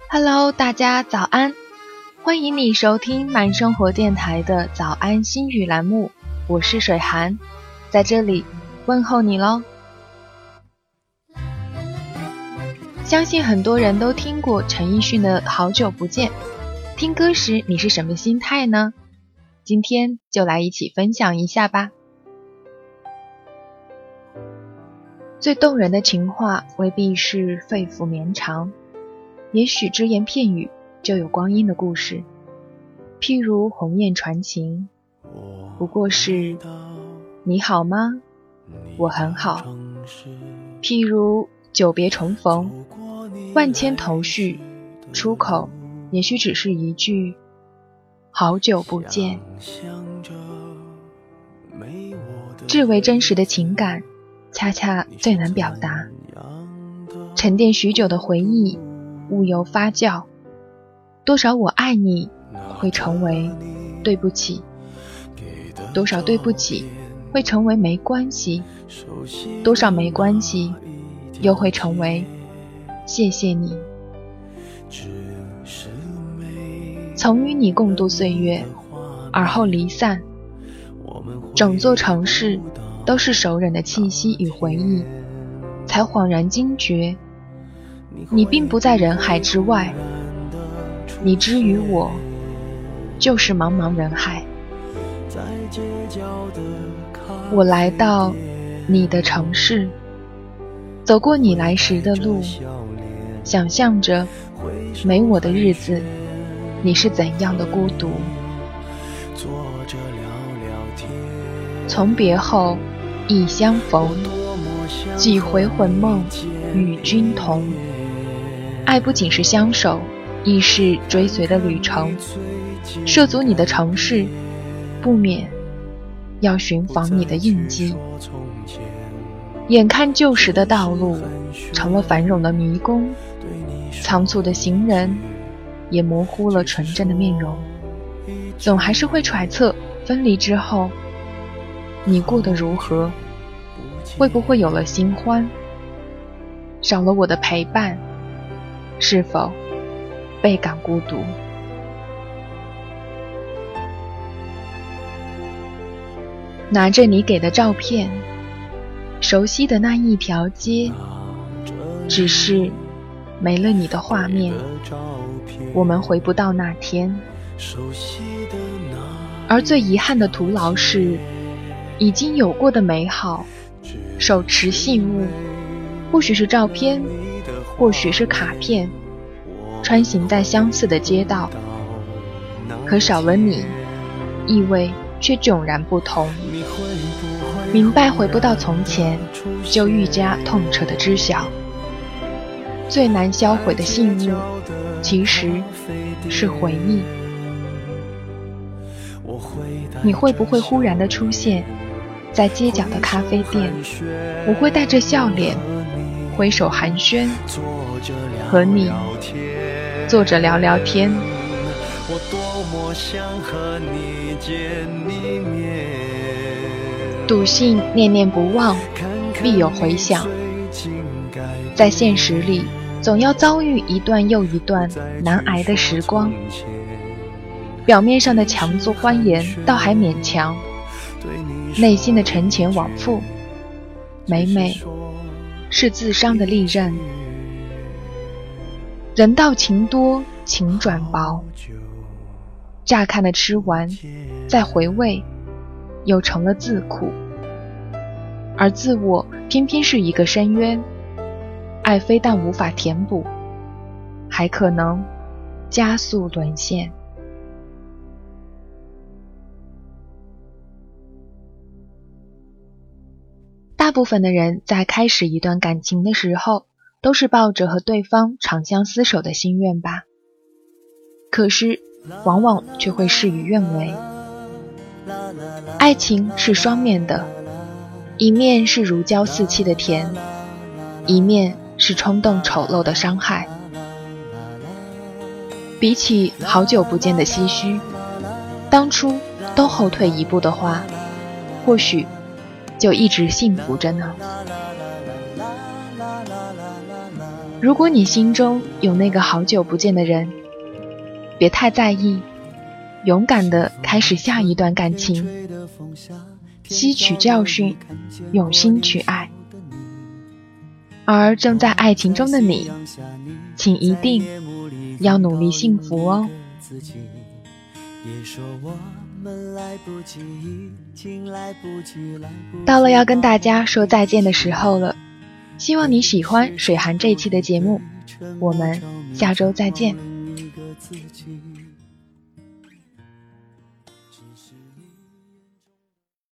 Hello， 大家早安！欢迎你收听慢生活电台的早安心语栏目，我是水涵，在这里问候你咯。相信很多人都听过陈奕迅的《好久不见》，听歌时你是什么心态呢？今天就来一起分享一下吧。最动人的情话未必是肺腑绵长，也许只言片语就有光阴的故事。譬如鸿雁传情，不过是你好吗？我很好。譬如久别重逢，万千头绪，出口也许只是一句好久不见。至为真实的情感，恰恰最难表达。沉淀许久的回忆，物由发酵，多少我爱你会成为对不起，多少对不起会成为没关系，多少没关系又会成为谢谢你。曾与你共度岁月，而后离散，整座城市都是熟人的气息与回忆，才恍然惊觉，你并不在人海之外，你之于我就是茫茫人海。我来到你的城市，走过你来时的路，想象着没我的日子你是怎样的孤独。从别后忆相逢，几回魂梦与君同。爱不仅是相守，亦是追随的旅程。涉足你的城市，不免要寻访你的印记。眼看旧时的道路成了繁荣的迷宫，仓促的行人也模糊了纯真的面容。总还是会揣测分离之后你过得如何，会不会有了新欢？少了我的陪伴，是否倍感孤独？拿着你给的照片，熟悉的那一条街，只是没了你的画面，我们回不到那天。而最遗憾的徒劳是，已经有过的美好手持信物，或许是照片，或许是卡片，穿行在相似的街道，可少了你，意味却迥然不同。明白回不到从前，就愈加痛彻的知晓，最难销毁的信物其实是回忆。你会不会忽然的出现在街角的咖啡店？我会带着笑脸挥手寒暄，和你坐着聊聊天。我多么想和你见一面，笃信念念不忘必有回响。在现实里总要遭遇一段又一段难挨的时光，表面上的强作欢颜倒还勉强，内心的沉潜往复每每是自伤的利刃。人道情多情转薄，乍看的吃完，再回味又成了自苦。而自我偏偏是一个深渊，爱非但无法填补，还可能加速沦陷。大部分的人在开始一段感情的时候，都是抱着和对方长相厮守的心愿吧。可是往往却会事与愿违。爱情是双面的，一面是如胶似漆的甜，一面是冲动丑陋的伤害。比起好久不见的唏嘘，当初都后退一步的话，或许就一直幸福着呢。 如果你心中有那个好久不见的人，别太在意，勇敢地开始下一段感情，吸取教训，用心去爱。而正在爱情中的你，请一定要努力幸福哦。到了要跟大家说再见的时候了，希望你喜欢水寒这一期的节目，我们下周再见。